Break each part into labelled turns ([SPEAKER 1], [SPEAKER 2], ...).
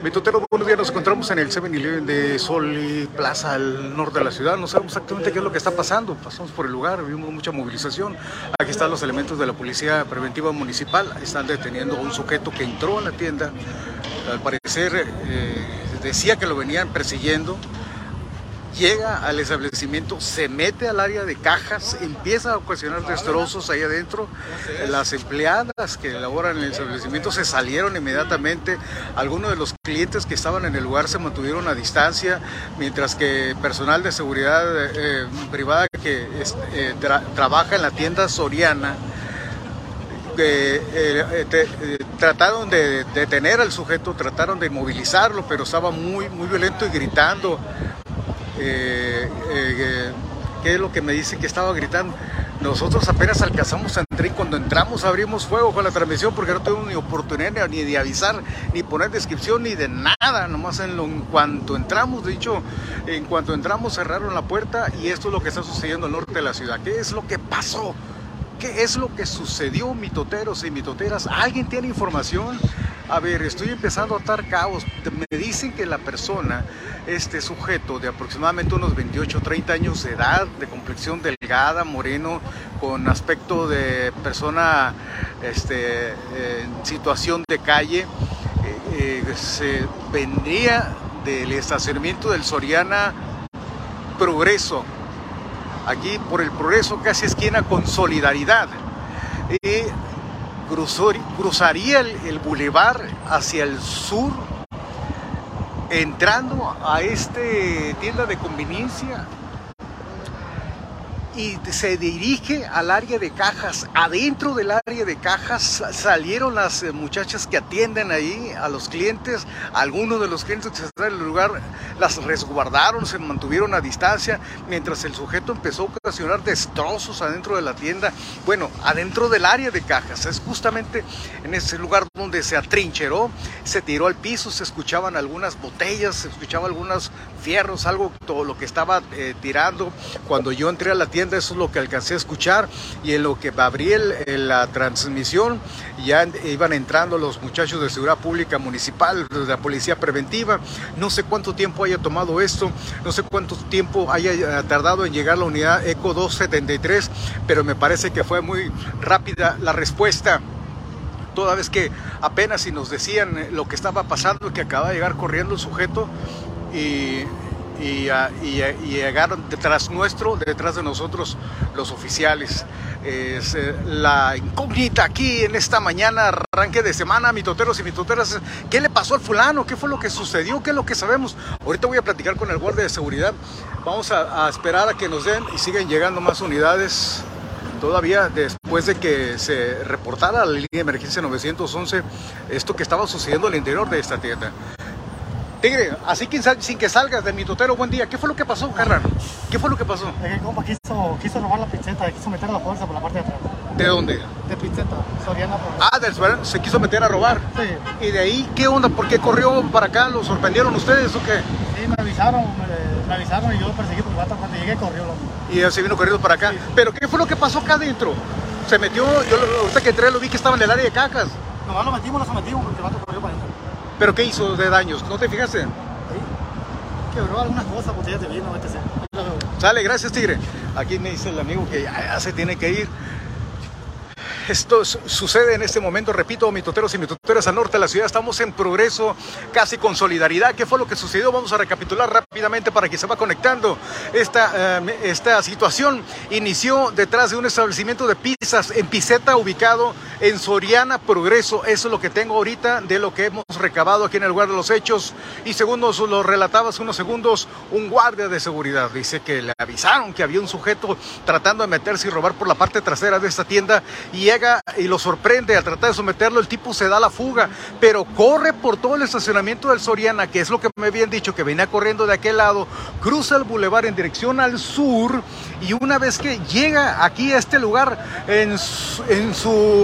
[SPEAKER 1] Mitotero, buenos días. Nos encontramos en el 7-Eleven de Sol y Plaza, al norte de la ciudad. No sabemos exactamente qué es lo que está pasando. Pasamos por el lugar, vimos mucha movilización. Aquí están los elementos de la Policía Preventiva Municipal. Están deteniendo a un sujeto que entró a la tienda. Al parecer decía que lo venían persiguiendo. Llega al establecimiento, se mete al área de cajas, empieza a ocasionar destrozos ahí adentro. Las empleadas que laboran en el establecimiento se salieron inmediatamente. Algunos de los clientes que estaban en el lugar se mantuvieron a distancia, mientras que personal de seguridad privada que trabaja en la tienda Soriana trataron de detener al sujeto, trataron de inmovilizarlo, pero estaba muy violento y gritando. ¿Qué es lo que me dicen que estaba gritando? Nosotros apenas alcanzamos a entrar y cuando entramos abrimos fuego con la transmisión porque no tuvimos ni oportunidad ni de avisar, ni poner descripción, ni de nada. Nomás en cuanto entramos, de hecho, en cuanto entramos cerraron la puerta y esto es lo que está sucediendo al norte de la ciudad. ¿Qué es lo que pasó? ¿Qué es lo que sucedió, mitoteros y mitoteras? ¿Alguien tiene información? A ver, estoy empezando a atar cabos. Me dicen que la persona, este sujeto de aproximadamente unos 28 o 30 años de edad, de complexión delgada, moreno, con aspecto de persona en situación de calle, se vendría del estacionamiento del Soriana Progreso, aquí por el Progreso, casi esquina con Solidaridad. Cruzaría el bulevar hacia el sur, entrando a tienda de conveniencia y se dirige al área de cajas. Adentro del área de cajas salieron las muchachas que atienden ahí a los clientes. Algunos de los clientes que están en el lugar las resguardaron, se mantuvieron a distancia, mientras el sujeto empezó a ocasionar destrozos adentro de la tienda. Bueno, adentro del área de cajas, es justamente en ese lugar donde se atrincheró, se tiró al piso, se escuchaban algunas botellas, se escuchaban algunos fierros, todo lo que estaba tirando. Cuando yo entré a la tienda, eso es lo que alcancé a escuchar, y en lo que abrí la transmisión ya iban entrando los muchachos de seguridad pública municipal, de la policía preventiva. No sé cuánto tiempo haya tomado esto, no sé cuánto tiempo haya tardado en llegar la unidad ECO 273, pero me parece que fue muy rápida la respuesta, toda vez que apenas si nos decían lo que estaba pasando, que acababa de llegar corriendo el sujeto y llegaron detrás de nosotros los oficiales. La incógnita aquí en esta mañana, arranque de semana, mitoteros y mitoteras. ¿Qué le pasó al fulano? ¿Qué fue lo que sucedió? ¿Qué es lo que sabemos? Ahorita voy a platicar con el guardia de seguridad. Vamos a esperar a que nos den, y siguen llegando más unidades todavía después de que se reportara a la línea de emergencia 911 esto que estaba sucediendo al interior de esta tienda. Tigre, así que sin que salgas de mitotero, buen día. ¿Qué fue lo que pasó, carnal? ¿Qué fue lo que pasó?
[SPEAKER 2] El compa quiso robar la pizzeta, quiso meter la fuerza por la parte de atrás.
[SPEAKER 1] ¿De dónde?
[SPEAKER 2] De pizzeta, Soriana.
[SPEAKER 1] Del Soriana, se quiso meter a robar.
[SPEAKER 2] Sí.
[SPEAKER 1] ¿Y de ahí qué onda? ¿Por qué corrió para acá? ¿Lo sorprendieron ustedes o qué?
[SPEAKER 2] Sí, me avisaron y yo lo perseguí por el vato. Cuando llegué corrió.
[SPEAKER 1] Y él se vino corriendo para acá. Sí. ¿Pero qué fue lo que pasó acá adentro? Se metió, ahorita que entré lo vi que estaba en el área de cajas.
[SPEAKER 2] Nomás lo sometimos porque el vato corrió para adentro.
[SPEAKER 1] ¿Pero qué hizo de daños? ¿No te fijaste?
[SPEAKER 2] Quebró algunas cosas, botellas de vino, etc.
[SPEAKER 1] Sale, gracias, Tigre. Aquí me dice el amigo que ya se tiene que ir. Esto sucede en este momento, repito, mitoteros y mitoteras, al norte de la ciudad. Estamos en Progreso, casi con Solidaridad. ¿Qué fue lo que sucedió? Vamos a recapitular rápidamente para que se va conectando. Esta situación inició detrás de un establecimiento de pizzas en Pizeta, ubicado en Soriana Progreso. Eso es lo que tengo ahorita de lo que hemos recabado aquí en el lugar de los hechos. Y según nos lo relataba hace unos segundos, un guardia de seguridad dice que le avisaron que había un sujeto tratando de meterse y robar por la parte trasera de esta tienda, y y lo sorprende. Al tratar de someterlo, el tipo se da la fuga, pero corre por todo el estacionamiento del Soriana, que es lo que me habían dicho, que venía corriendo de aquel lado, cruza el bulevar en dirección al sur, y una vez que llega aquí a este lugar, en su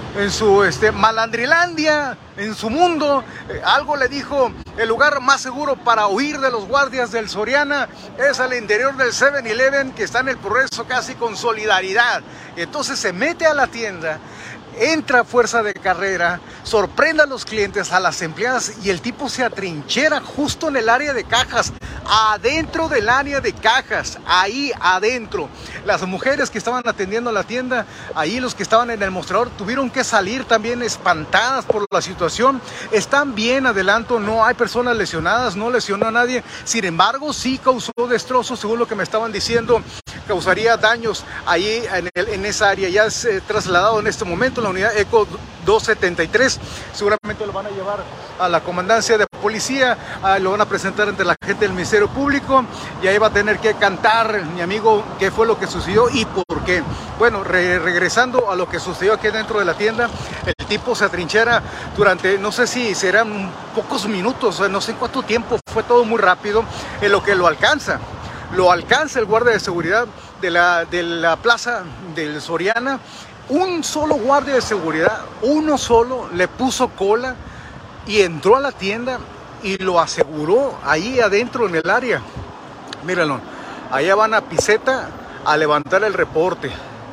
[SPEAKER 1] malandrilandia, en su mundo, algo le dijo: el lugar más seguro para huir de los guardias del Soriana es al interior del 7-Eleven, que está en el Progreso, casi con Solidaridad. Entonces se mete a la tienda, entra a fuerza de carrera, sorprende a los clientes, a las empleadas, y el tipo se atrinchera justo en el área de cajas, adentro del área de cajas, ahí adentro. Las mujeres que estaban atendiendo la tienda, ahí los que estaban en el mostrador, tuvieron que salir también espantadas por la situación. Están bien, adelanto, no hay personas lesionadas, no lesionó a nadie. Sin embargo, sí causó destrozos, según lo que me estaban diciendo, causaría daños ahí en esa área. Ya es trasladado en este momento la unidad ECO 273, seguramente lo van a llevar a la comandancia de policía, lo van a presentar ante la gente del Ministerio Público, y ahí va a tener que cantar mi amigo qué fue lo que sucedió y por qué. Bueno, regresando a lo que sucedió aquí dentro de la tienda, el tipo se atrinchera durante, no sé si serán pocos minutos, no sé cuánto tiempo, fue todo muy rápido, en lo que lo alcanza el guardia de seguridad de la plaza del Soriana. Un solo guardia de seguridad, uno solo, le puso cola y entró a la tienda y lo aseguró ahí adentro en el área. Míralo, allá van a Pizeta a levantar el reporte.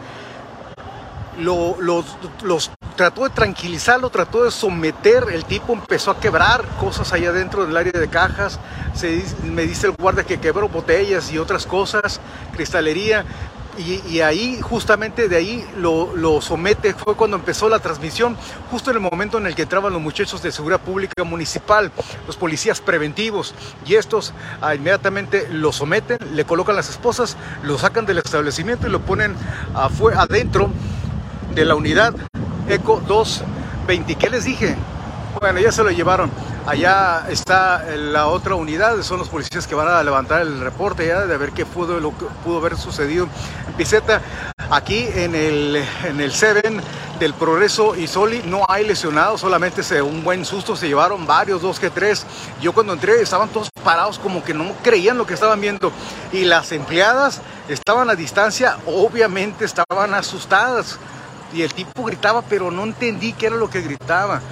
[SPEAKER 1] Los trató de tranquilizarlo, trató de someter. El tipo empezó a quebrar cosas allá dentro del área de cajas. Me dice el guardia que quebró botellas y otras cosas, cristalería. Y ahí, justamente de ahí, lo somete. Fue cuando empezó la transmisión, justo en el momento en el que entraban los muchachos de seguridad pública municipal, los policías preventivos, y estos inmediatamente lo someten, le colocan las esposas, lo sacan del establecimiento y lo ponen adentro de la unidad ECO 220. ¿Qué les dije? Bueno, ya se lo llevaron. Allá está la otra unidad, son los policías que van a levantar el reporte ya de ver qué lo que pudo haber sucedido en Pizeta. Aquí en el Seven del Progreso y Soli no hay lesionados, solamente un buen susto se llevaron varios, 2 que 3. Yo cuando entré estaban todos parados como que no creían lo que estaban viendo, y las empleadas estaban a distancia, obviamente estaban asustadas, y el tipo gritaba, pero no entendí qué era lo que gritaba.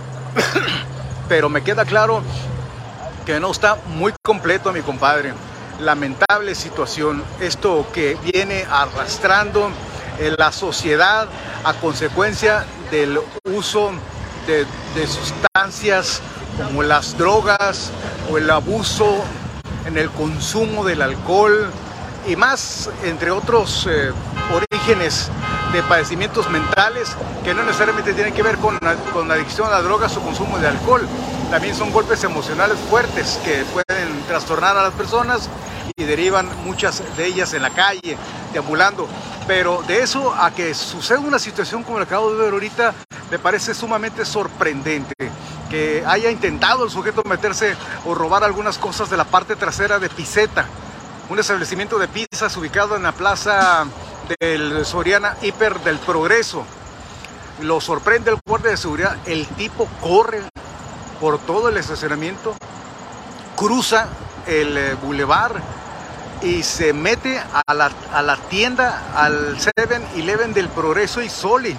[SPEAKER 1] Pero me queda claro que no está muy completo, mi compadre. Lamentable situación, esto que viene arrastrando en la sociedad a consecuencia del uso de sustancias como las drogas o el abuso en el consumo del alcohol y más, entre otros orígenes de padecimientos mentales que no necesariamente tienen que ver con adicción a drogas o consumo de alcohol. También son golpes emocionales fuertes que pueden trastornar a las personas y derivan muchas de ellas en la calle, deambulando. Pero de eso a que suceda una situación como la que acabo de ver ahorita, me parece sumamente sorprendente que haya intentado el sujeto meterse o robar algunas cosas de la parte trasera de Pizeta, un establecimiento de pizzas ubicado en la plaza del Soriana Hiper del Progreso. Lo sorprende el guardia de seguridad, el tipo corre por todo el estacionamiento, cruza el bulevar y se mete a la tienda, al 7-Eleven del Progreso y Soli.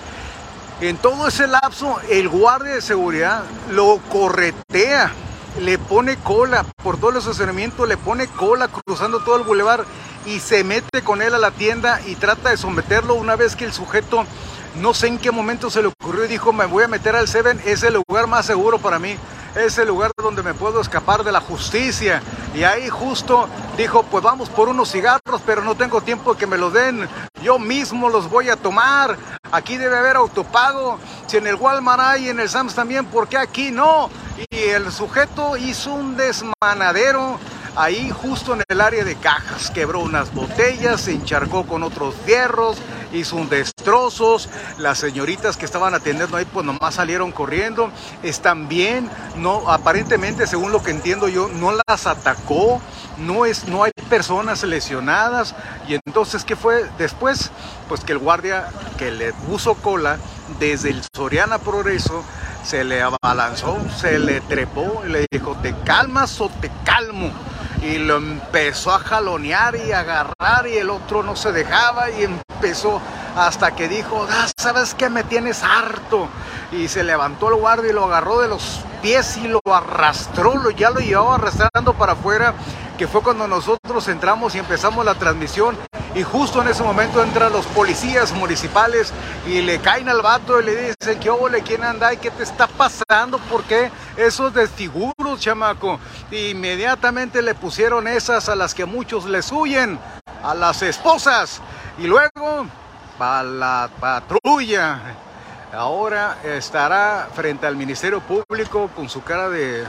[SPEAKER 1] En todo ese lapso, el guardia de seguridad lo corretea, le pone cola por todo el estacionamiento, le pone cola cruzando todo el bulevar y se mete con él a la tienda y trata de someterlo. Una vez que el sujeto, no sé en qué momento se le ocurrió y dijo, me voy a meter al 7, es el lugar más seguro para mí, es el lugar donde me puedo escapar de la justicia. Y ahí justo dijo, pues vamos por unos cigarros, pero no tengo tiempo de que me los den, yo mismo los voy a tomar. Aquí debe haber autopago, si en el Walmart hay, en el Sam's también, ¿por qué aquí no? Y el sujeto hizo un desmanadero ahí justo en el área de cajas, quebró unas botellas, se encharcó con otros fierros, hizo un destrozos. Las señoritas que estaban atendiendo ahí pues nomás salieron corriendo. Están bien, no, aparentemente, según lo que entiendo yo, no las atacó, no hay personas lesionadas. Y entonces, ¿qué fue después? Pues que el guardia que le puso cola desde el Soriana Progreso se le abalanzó, se le trepó y le dijo, ¿te calmas o te calmo? Y lo empezó a jalonear y a agarrar, y el otro no se dejaba y empezó hasta que dijo, ¿sabes qué? Me tienes harto. Y se levantó el guardia y lo agarró de los pies y lo arrastró, ya lo llevaba arrastrando para afuera, que fue cuando nosotros entramos y empezamos la transmisión y justo en ese momento entran los policías municipales y le caen al vato y le dicen, ¿qué óvole? ¿Quién anda? ¿Y qué te está pasando? ¿Por qué esos desfiguros, chamaco? Y inmediatamente le pusieron esas a las que muchos les huyen, a las esposas, y luego a la patrulla. Ahora estará frente al Ministerio Público con su cara de...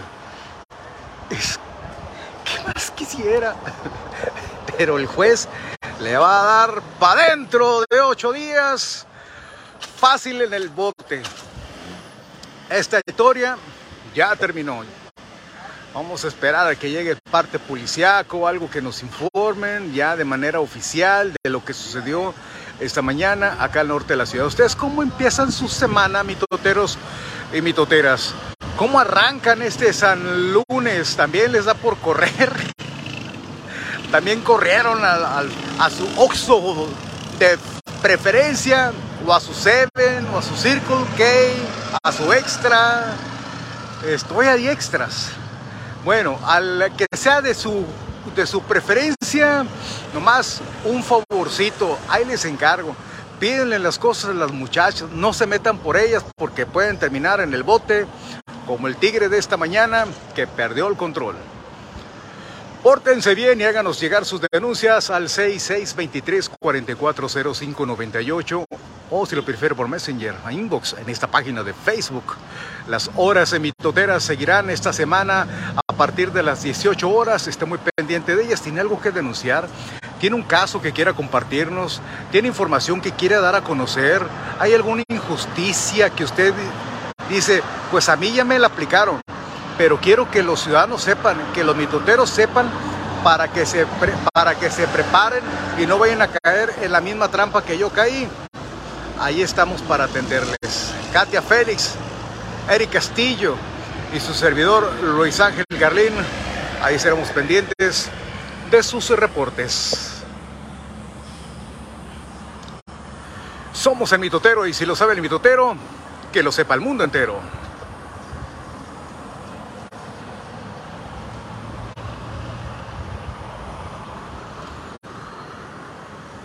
[SPEAKER 1] ¿Qué más quisiera? Pero el juez le va a dar para dentro de 8 días, fácil en el bote. Esta historia ya terminó. Vamos a esperar a que llegue el parte policíaco, algo que nos informen ya de manera oficial de lo que sucedió esta mañana acá al norte de la ciudad. ¿Ustedes cómo empiezan su semana, mitoteros y mitoteras? ¿Cómo arrancan este San Lunes? ¿También les da por correr? ¿También corrieron a su Oxxo de preferencia? ¿O a su Seven? ¿O a su Circle K? ¿A su Extra? Hay extras. Bueno, al que sea de su preferencia, nomás un favorcito, ahí les encargo. Pídenle las cosas a las muchachas, no se metan por ellas porque pueden terminar en el bote como el tigre de esta mañana que perdió el control. Pórtense bien y háganos llegar sus denuncias al 6623-440598 o si lo prefiere por Messenger, a inbox en esta página de Facebook. Las horas de mitoteras seguirán esta semana a partir de las 18 horas. Esté muy pendiente de ellas. ¿Tiene algo que denunciar? ¿Tiene un caso que quiera compartirnos? ¿Tiene información que quiera dar a conocer? ¿Hay alguna injusticia que usted dice, pues a mí ya me la aplicaron? Pero quiero que los ciudadanos sepan, que los mitoteros sepan para que se preparen y no vayan a caer en la misma trampa que yo caí. Ahí estamos para atenderles. Katia Félix, Eric Castillo y su servidor Luis Ángel Garlín. Ahí seremos pendientes de sus reportes. Somos el mitotero y si lo sabe el mitotero, que lo sepa el mundo entero.